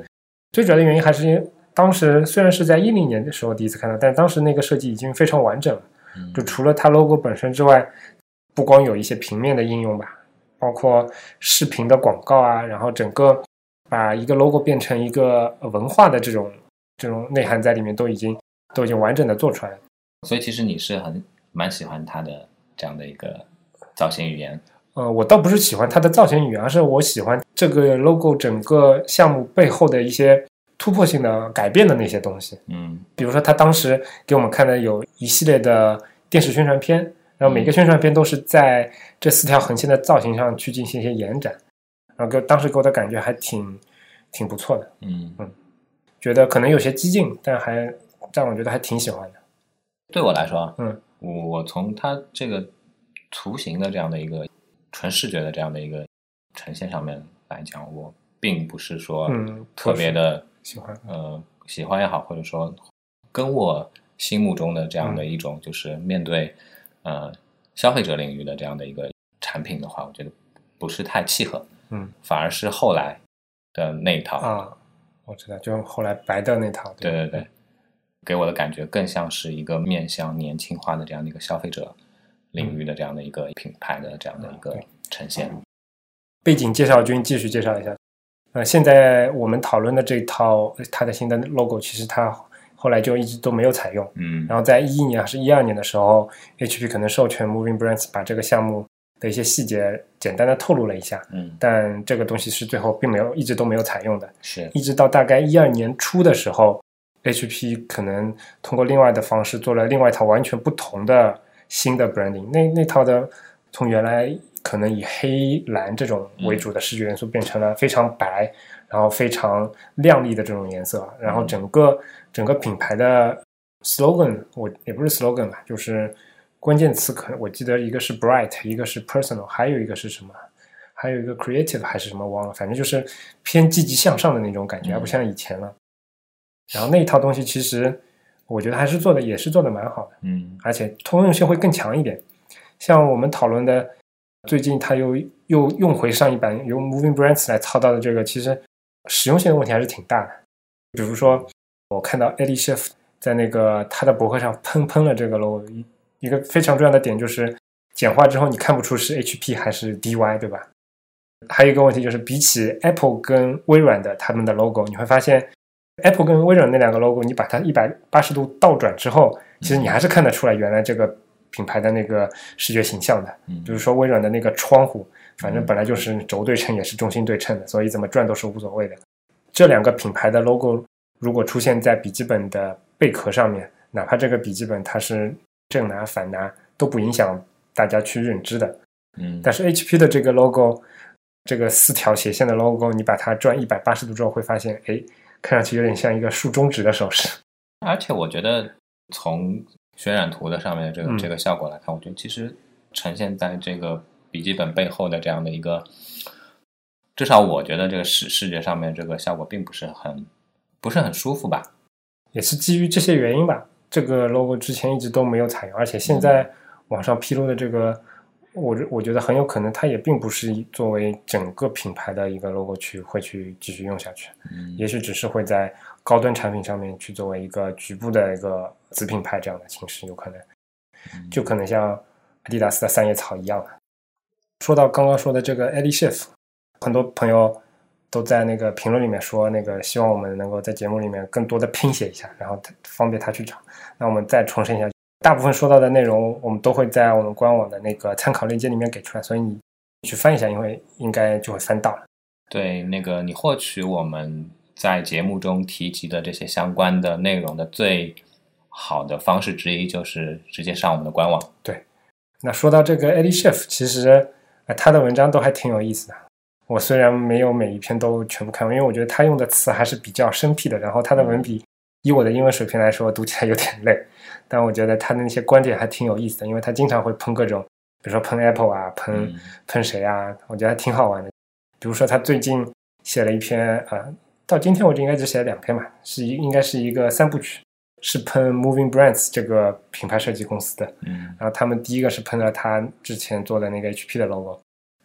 最主要的原因还是因为当时虽然是在一零年的时候第一次看到，但当时那个设计已经非常完整了。就除了它 logo 本身之外，不光有一些平面的应用吧，包括视频的广告啊，然后整个把一个 logo 变成一个文化的这种这种内涵在里面，都已经都已经完整的做出来了。
所以其实你是很蛮喜欢它的这样的一个造型语言。
呃，我倒不是喜欢它的造型语言，而是我喜欢这个 logo 整个项目背后的一些突破性的改变的那些东西。
嗯，
比如说他当时给我们看的有一系列的电视宣传片，然后每个宣传片都是在这四条横线的造型上去进行一些延展，然后给当时给我的感觉还挺挺不错的。
嗯
嗯，觉得可能有些激进，但还让我觉得还挺喜欢的。
对我来说，
嗯，
我从它这个图形的这样的一个纯视觉的这样的一个呈现上面来讲，我并不是说
嗯
特别的
喜欢，
呃喜欢也好，或者说跟我心目中的这样的一种就是面对、嗯、呃消费者领域的这样的一个产品的话，我觉得不是太契合。
嗯，
反而是后来的那一套
啊，我知道，就后来白的那套。
对对对，给我的感觉更像是一个面向年轻化的这样的一个消费者领域的这样的一个品牌的这样的一个呈现。
背景介绍君继续介绍一下。呃，现在我们讨论的这一套它的新的 logo， 其实它后来就一直都没有采用。
嗯，
然后在一一年还是一二年的时候 ，H P 可能授权 Moving Brands 把这个项目的一些细节简单的透露了一下。
嗯，
但这个东西是最后并没有一直都没有采用的。
是，
一直到大概一二年初的时候 ，H P 可能通过另外的方式做了另外一套完全不同的新的 branding。那那套的从原来可能以黑蓝这种为主的视觉元素变成了非常白，然后非常亮丽的这种颜色，然后整个整个品牌的 slogan 我也不是 slogan 吧，就是关键词，可能我记得一个是 bright， 一个是 personal， 还有一个是什么，还有一个 creative 还是什么忘了，反正就是偏积极向上的那种感觉，而不像以前了。然后那一套东西其实我觉得还是做的也是做的蛮好的，
嗯，
而且通用性会更强一点。像我们讨论的最近他又又用回上一版由 Moving Brands 来操刀的这个，其实实用性的问题还是挺大的。比如说我看到 Eddie Schiff 在那个他的博客上喷喷了这个 logo， 一个非常重要的点就是简化之后你看不出是 H P 还是 D Y， 对吧？还有一个问题就是比起 Apple 跟微软的他们的 logo， 你会发现 Apple 跟微软那两个 logo 你把它一百八十度倒转之后，其实你还是看得出来原来这个品牌的那个视觉形象的。比如说微软的那个窗户，反正本来就是轴对称也是中心对称的，所以怎么转都是无所谓的。这两个品牌的 logo 如果出现在笔记本的贝壳上面，哪怕这个笔记本它是正拿反拿都不影响大家去认知的。
嗯，
但是 H P 的这个 logo， 这个四条斜线的 logo， 你把它转一百八十度之后会发现，哎，看上去有点像一个竖中指的手势。
而且我觉得从渲染图的上面这个、
嗯、
这个效果来看，我觉得其实呈现在这个笔记本背后的这样的一个，至少我觉得这个视视觉上面这个效果并不是很不是很舒服吧。
也是基于这些原因吧，这个 logo 之前一直都没有采用，而且现在网上披露的这个、嗯、我我觉得很有可能它也并不是作为整个品牌的一个 logo 去会去继续用下去、嗯、也许只是会在高端产品上面去作为一个局部的一个子品牌这样的形式，有可能、嗯、就可能像阿迪达斯的三叶草一样的。说到刚刚说的这个 Eddie Schiff， 很多朋友都在那个评论里面说，那个希望我们能够在节目里面更多的拼写一下，然后方便他去找。那我们再重申一下，大部分说到的内容我们都会在我们官网的那个参考链接里面给出来，所以你去翻一下，因为应该就会翻到了。
对，那个你获取我们在节目中提及的这些相关的内容的最好的方式之一就是直接上我们的官网。
对，那说到这个 Eddie Schiff， 其实、呃、他的文章都还挺有意思的。我虽然没有每一篇都全部看完，因为我觉得他用的词还是比较生僻的，然后他的文笔以我的英文水平来说读起来有点累，但我觉得他的那些观点还挺有意思的，因为他经常会喷各种，比如说喷 Apple 啊，喷、嗯、喷谁啊，我觉得还挺好玩的。比如说他最近写了一篇、呃、到今天我就应该只写了两篇嘛，是应该是一个三部曲，是喷 Moving Brands 这个品牌设计公司的、嗯、然后他们第一个是喷了他之前做的那个 H P 的 logo，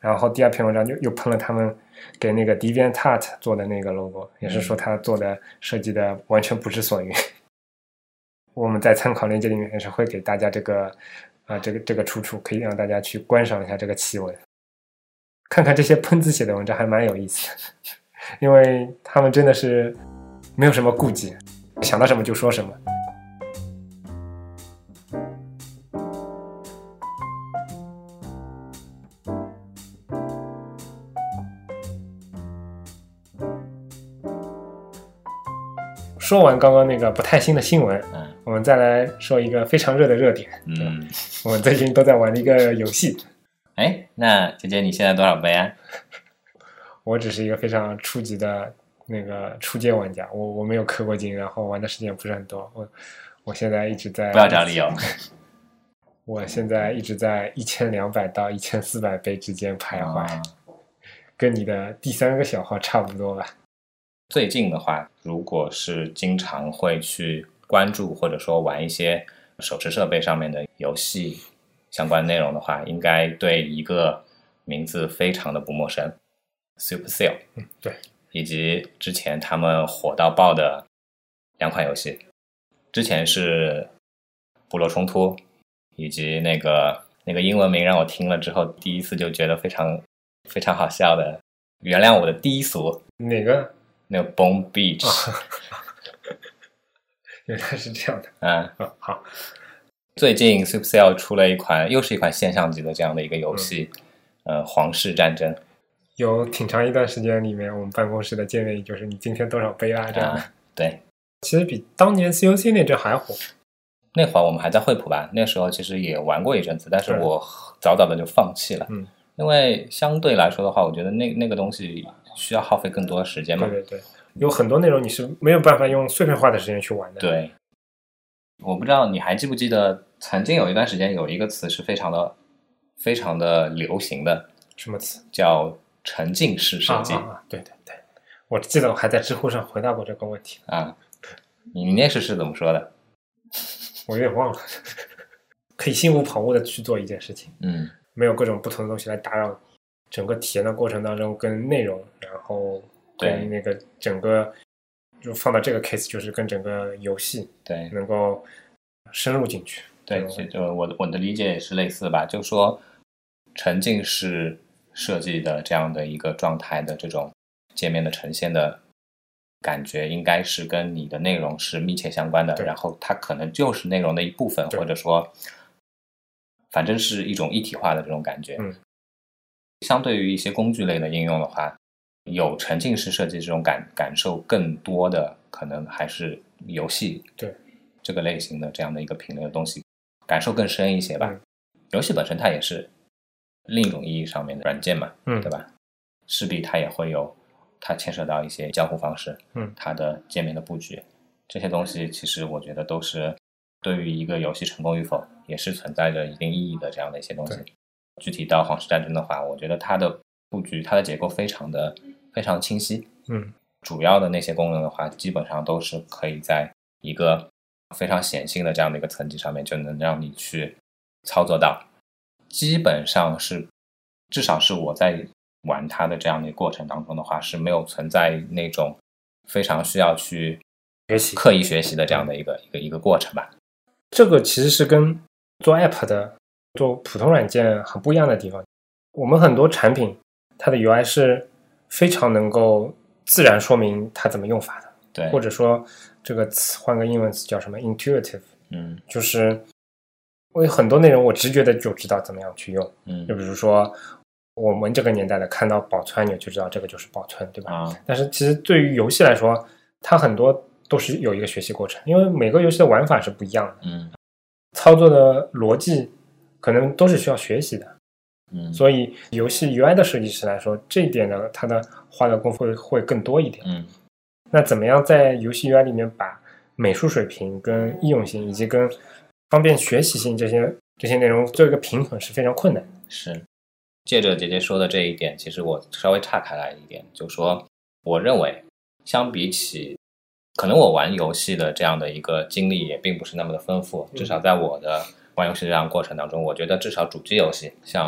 然后第二篇文章就又喷了他们给那个 DeviantArt 做的那个 logo， 也是说他做的设计的完全不知所云。我们在参考链接里面也是会给大家这个啊、呃、这个这个出处，可以让大家去观赏一下这个奇文，看看这些喷字写的文章还蛮有意思的，因为他们真的是没有什么顾忌，想到什么就说什么。说完刚刚那个不太新的新闻，
嗯，
我们再来说一个非常热的热点。
嗯，
我们最近都在玩的一个游戏。
哎，那姐姐你现在多少杯啊？
我只是一个非常初级的那个初阶玩家，我我没有氪过金，然后玩的时间也不是很多。我我现在一直在
不要找理由。
我现在一直在一千两百到一千四百杯之间徘徊，
哦，
跟你的第三个小号差不多吧。
最近的话，如果是经常会去关注或者说玩一些手持设备上面的游戏相关内容的话，应该对一个名字非常的不陌生 Supercell。
嗯，对，
以及之前他们火到爆的两款游戏，之前是部落冲突，以及那个那个英文名让我听了之后第一次就觉得非常非常好笑的，原谅我的低俗，
哪个？
那个 Bone Beach。
原来是这样的。
嗯，
哦，好。
最近 Supercell 出了一款又是一款现象级的这样的一个游戏，嗯、呃，皇室战争。
有挺长一段时间里面，我们办公室的见面语就是你今天多少杯啦这样的、
啊。对，
其实比当年 C O C 那阵还火。
那会儿我们还在惠普吧，那时候其实也玩过一阵子，但是我早早的就放弃了。
嗯，
因为相对来说的话，我觉得那那个东西需要耗费更多的时间嘛。
对对对，有很多内容你是没有办法用碎片化的时间去玩的。
对，我不知道你还记不记得，曾经有一段时间有一个词是非常的非常的流行的。
什么词？
叫沉浸式设计。
啊啊啊！对对对，我记得我还在知乎上回答过这个问题
啊。你那时是怎么说的？
我有点忘了。可以心无旁骛的去做一件事情，
嗯，
没有各种不同的东西来打扰你，整个体验的过程当中跟内容，然后跟那个整个，就放到这个 case 就是跟整个游戏
对
能够深入进去。
对，就我的我的理解也是类似吧，就说沉浸式设计的这样的一个状态的这种界面的呈现的感觉，应该是跟你的内容是密切相关的，然后它可能就是内容的一部分，或者说反正是一种一体化的这种感觉。
嗯，
相对于一些工具类的应用的话，有沉浸式设计这种感感受更多的，可能还是游戏
对
这个类型的这样的一个品类的东西，感受更深一些吧。
嗯、
游戏本身它也是另一种意义上面的软件嘛，
嗯，
对吧？势必它也会有，它牵涉到一些交互方式，
嗯，
它的界面的布局，这些东西其实我觉得都是对于一个游戏成功与否也是存在着一定意义的这样的一些东西。具体到皇室战争的话，我觉得它的布局，它的结构非常的非常清晰，
嗯，
主要的那些功能的话，基本上都是可以在一个非常显性的这样的一个层级上面就能让你去操作到，基本上是至少是我在玩它的这样的过程当中的话，是没有存在那种非常需要去
学习
刻意学习的这样的一个一个一个过程吧。
这个其实是跟做 app 的做普通软件很不一样的地方。我们很多产品它的 U I 是非常能够自然说明它怎么用法的，
对，
或者说这个词换个英文词叫什么 intuitive，
嗯，
就是我有很多内容我直觉的就知道怎么样去用，
嗯，
就比如说我们这个年代的看到宝川你就知道这个就是宝川，对吧？
啊，
但是其实对于游戏来说，它很多都是有一个学习过程，因为每个游戏的玩法是不一样的，
嗯，
操作的逻辑可能都是需要学习的，
嗯，
所以游戏 U I 的设计师来说，这一点呢，他的花的功夫会会更多一点。
嗯，
那怎么样在游戏 U I 里面把美术水平跟易用性以及跟方便学习性这些这些内容做一个平衡是非常困难的。
是，借着姐姐说的这一点，其实我稍微岔开来一点，就说我认为相比起可能我玩游戏的这样的一个经历也并不是那么的丰富，至少在我的玩游戏这样的过程当中，我觉得至少主机游戏像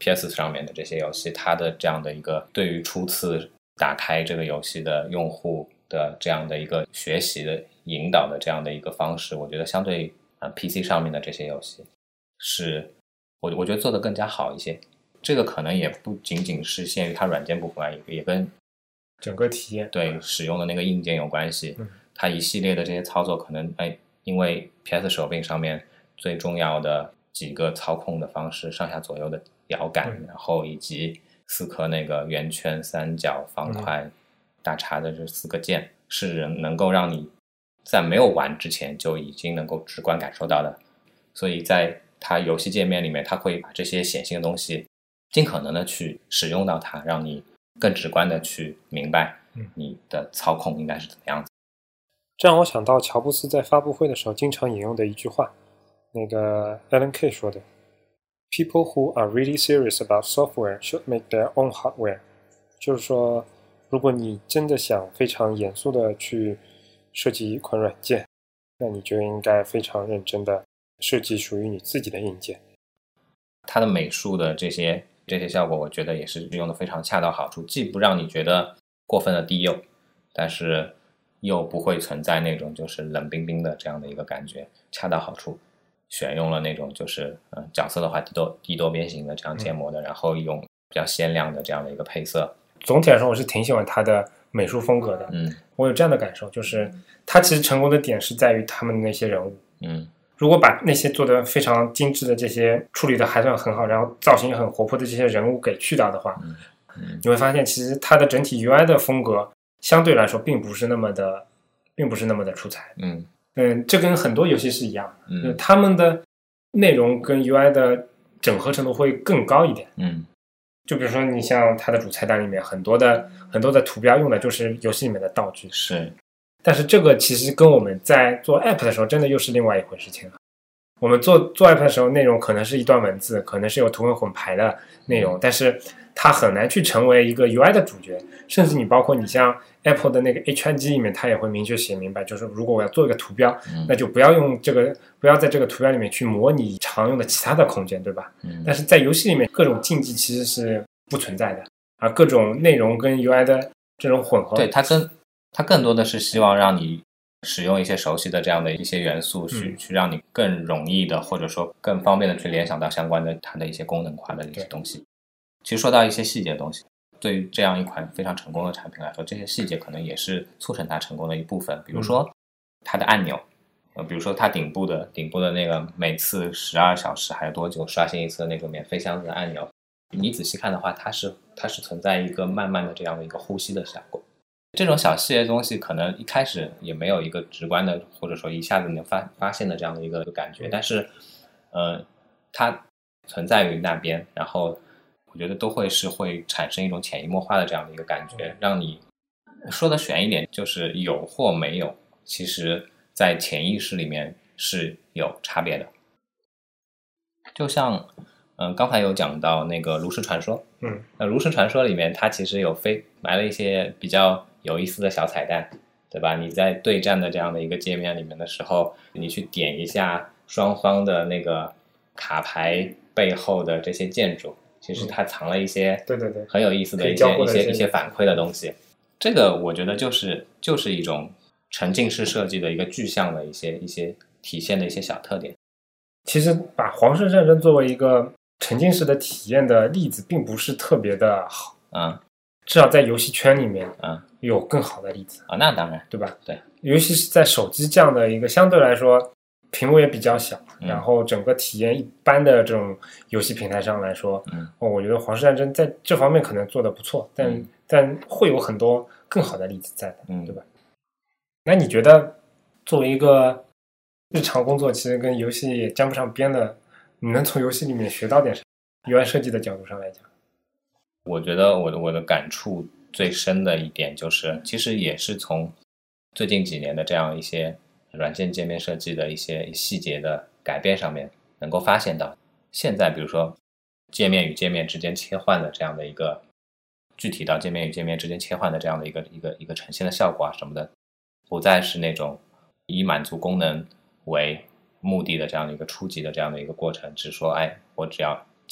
P S 上面的这些游戏，它的这样的一个对于初次打开这个游戏的用户的这样的一个学习的引导的这样的一个方式，我觉得相对、呃、P C 上面的这些游戏是我我觉得做得更加好一些。这个可能也不仅仅是限于它软件部分，也跟
整个体验
对使用的那个硬件有关系。
嗯，
它一系列的这些操作可能哎，因为 P S 手柄上面最重要的几个操控的方式，上下左右的摇杆、嗯、然后以及四颗那个圆圈、三角、方块、嗯、大叉的这四个键，是能够让你在没有玩之前就已经能够直观感受到的。所以在它游戏界面里面，它会把这些显性的东西尽可能的去使用到它，让你更直观的去明白你的操控应该是怎么样子。
这让我想到乔布斯在发布会的时候经常引用的一句话，那个 Alan Kay 说的 People who are really serious about software should make their own hardware， 就是说如果你真的想非常严肃的去设计一款软件，那你就应该非常认真的设计属于你自己的硬件。
它的美术的这些这些效果我觉得也是用的非常恰到好处，既不让你觉得过分的低幼，但是又不会存在那种就是冷冰冰的这样的一个感觉，恰到好处。选用了那种就是嗯角色的话低多低多边形的这样建模的、嗯、然后用比较鲜亮的这样的一个配色。总体来说我是挺喜欢它的美术风格的，嗯，我有这样的感受，就是它其实成功的点是在于他们的那些人物，嗯，如果把那些做的非常精致的这些处理的还算很好，然后造型也很活泼的这些人物给去掉的话，嗯嗯、你会发现其实它的整体 U I 的风格相对来说并不是那么的并不是那么的出彩。嗯嗯，这跟很多游戏是一样，嗯，他们的内容跟 U I 的整合程度会更高一点。嗯，就比如说你像它的主菜单里面很多的很多的图标用的就是游戏里面的道具，是，但是这个其实跟我们在做 App 的时候真的又是另外一回事情了。我们做做 App 的时候，内容可能是一段文字，可能是有图文混排的内容，但是它很难去成为一个 U I 的主角。甚至你包括你像 Apple 的那个 H I G 里面，它也会明确写明白，就是如果我要做一个图标、嗯、那就不要用这个不要在这个图标里面去模拟常用的其他的空间，对吧、嗯、但是在游戏里面各种竞技其实是不存在的，而各种内容跟 U I 的这种混合，对，它更它更多的是希望让你使用一些熟悉的这样的一些元素去、嗯、去让你更容易的或者说更方便的去联想到相关的它的一些功能化的一些东西。其实说到一些细节的东西，对于这样一款非常成功的产品来说，这些细节可能也是促成它成功的一部分。比如说它的按钮、呃，比如说它顶部的顶部的那个每次十二小时还有多久刷新一次的那个免费箱子的按钮，你仔细看的话，它是它是存在一个慢慢的这样的一个呼吸的效果。这种小细节的东西可能一开始也没有一个直观的或者说一下子能发发现的这样的一个感觉，但是呃，它存在于那边，然后我觉得都会是会产生一种潜移默化的这样的一个感觉，让你说的悬一点，就是有或没有，其实在潜意识里面是有差别的。就像嗯、呃，刚才有讲到那个炉石传说，嗯，那炉石传说里面它其实有非埋了一些比较有意思的小彩蛋，对吧？你在对战的这样的一个界面里面的时候，你去点一下双方的那个卡牌背后的这些建筑，其实它藏了一些对对对很有意思的一些一些一些反馈的东西。这个我觉得就是就是一种沉浸式设计的一个具象的一些一些体现的一些小特点。其实把皇室战争作为一个沉浸式的体验的例子并不是特别的好啊，至少在游戏圈里面啊有更好的例子啊，那当然对吧？对，尤其是在手机这样的一个相对来说屏幕也比较小、嗯、然后整个体验一般的这种游戏平台上来说、嗯哦、我觉得皇室战争在这方面可能做得不错，但、嗯、但会有很多更好的例子在的、嗯、对吧？那你觉得作为一个日常工作其实跟游戏也沾不上边的，你能从游戏里面学到点什么 U I 设计的角度上来讲？我觉得我的我的感触最深的一点就是其实也是从最近几年的这样一些软件界面设计的一些细节的改变上面能够发现到，现在比如说界面与界面之间切换的这样的一个具体到界面与界面之间切换的这样的一个一个一个呈现的效果啊什么的，不再是那种以满足功能为目的的这样的一个初级的这样的一个过程，只说哎我只要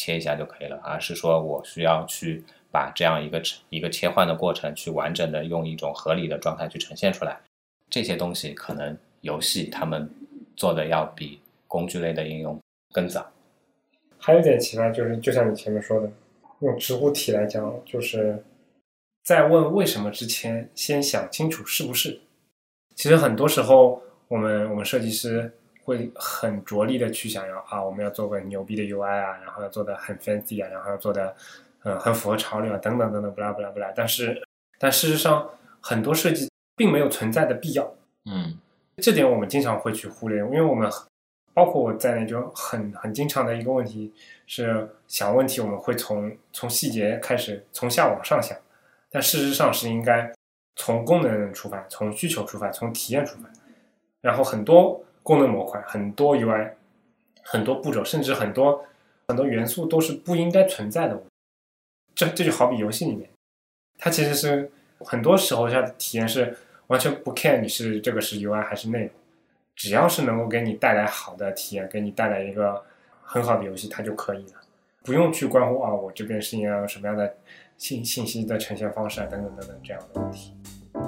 切一下就可以了，而是说我需要去把这样一个一个切换的过程去完整的用一种合理的状态去呈现出来。这些东西可能游戏他们做的要比工具类的应用更早。
还有一点启发就是，就像你前面说的，用直呼体来讲，就是在问为什么之前，先想清楚是不是。其实很多时候，我们我们设计师会很着力的去想要啊，我们要做个牛逼的 U I 啊，然后要做的很 fancy 啊，然后要做的嗯很符合潮流啊，等等等等，不啦不啦不啦。但是，但事实上，很多设计并没有存在的必要。
嗯，
这点我们经常会去忽略，因为我们包括我在内，就很很经常的一个问题是，想问题我们会从从细节开始，从下往上想，但事实上是应该从功能出发，从需求出发，从体验出发。然后很多功能模块，很多 U I， 很多步骤，甚至很多很多元素都是不应该存在的。这这就好比游戏里面，它其实是很多时候它的体验是完全不 care 你是这个是 U I 还是内容，只要是能够给你带来好的体验，给你带来一个很好的游戏，它就可以了，不用去关乎啊我这边是应该用什么样的信信息的呈现方式啊等等等等这样的问题。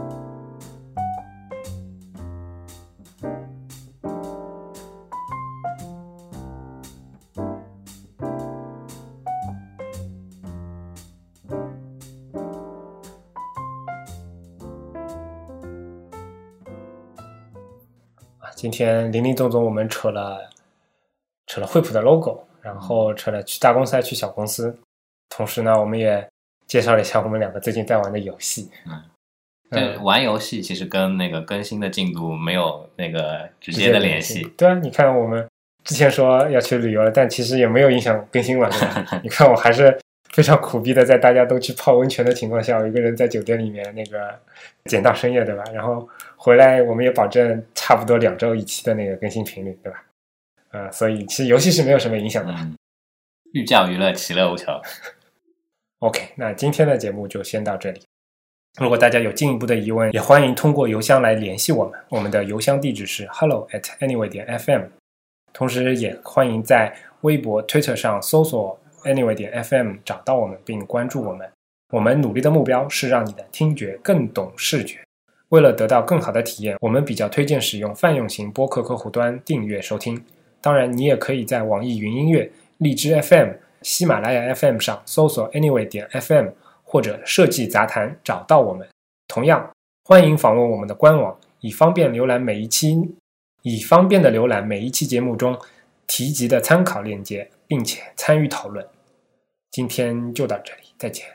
今天林林总总我们扯了扯了惠普的 logo， 然后扯了去大公司还去小公司，同时呢我们也介绍了一下我们两个最近在玩的游戏。
嗯，这玩游戏其实跟那个更新的进度没有那个直接的联系。
对啊，你看我们之前说要去旅游了，但其实也没有影响更新嘛，对吧？你看我还是非常苦逼的，在大家都去泡温泉的情况下，我一个人在酒店里面那个捡到深夜，对吧？然后回来我们也保证差不多两周一期的那个更新频率，对吧？呃，所以其实游戏是没有什么影响的。
嗯，寓教于乐，其乐无穷。
OK， 那今天的节目就先到这里。如果大家有进一步的疑问，也欢迎通过邮箱来联系我们，我们的邮箱地址是 hello at anyway 点 fm， 同时也欢迎在微博 Twitter 上搜索 anyway 点 fm 找到我们并关注我们。我们努力的目标是让你的听觉更懂视觉。为了得到更好的体验，我们比较推荐使用泛用型播客客户端订阅收听。当然，你也可以在网易云音乐、荔枝 F M、喜马拉雅 F M 上搜索 anyway 点 fm 或者设计杂谈找到我们。同样，欢迎访问我们的官网，以方便浏览每一期，以方便的浏览每一期节目中提及的参考链接，并且参与讨论。今天就到这里，再见。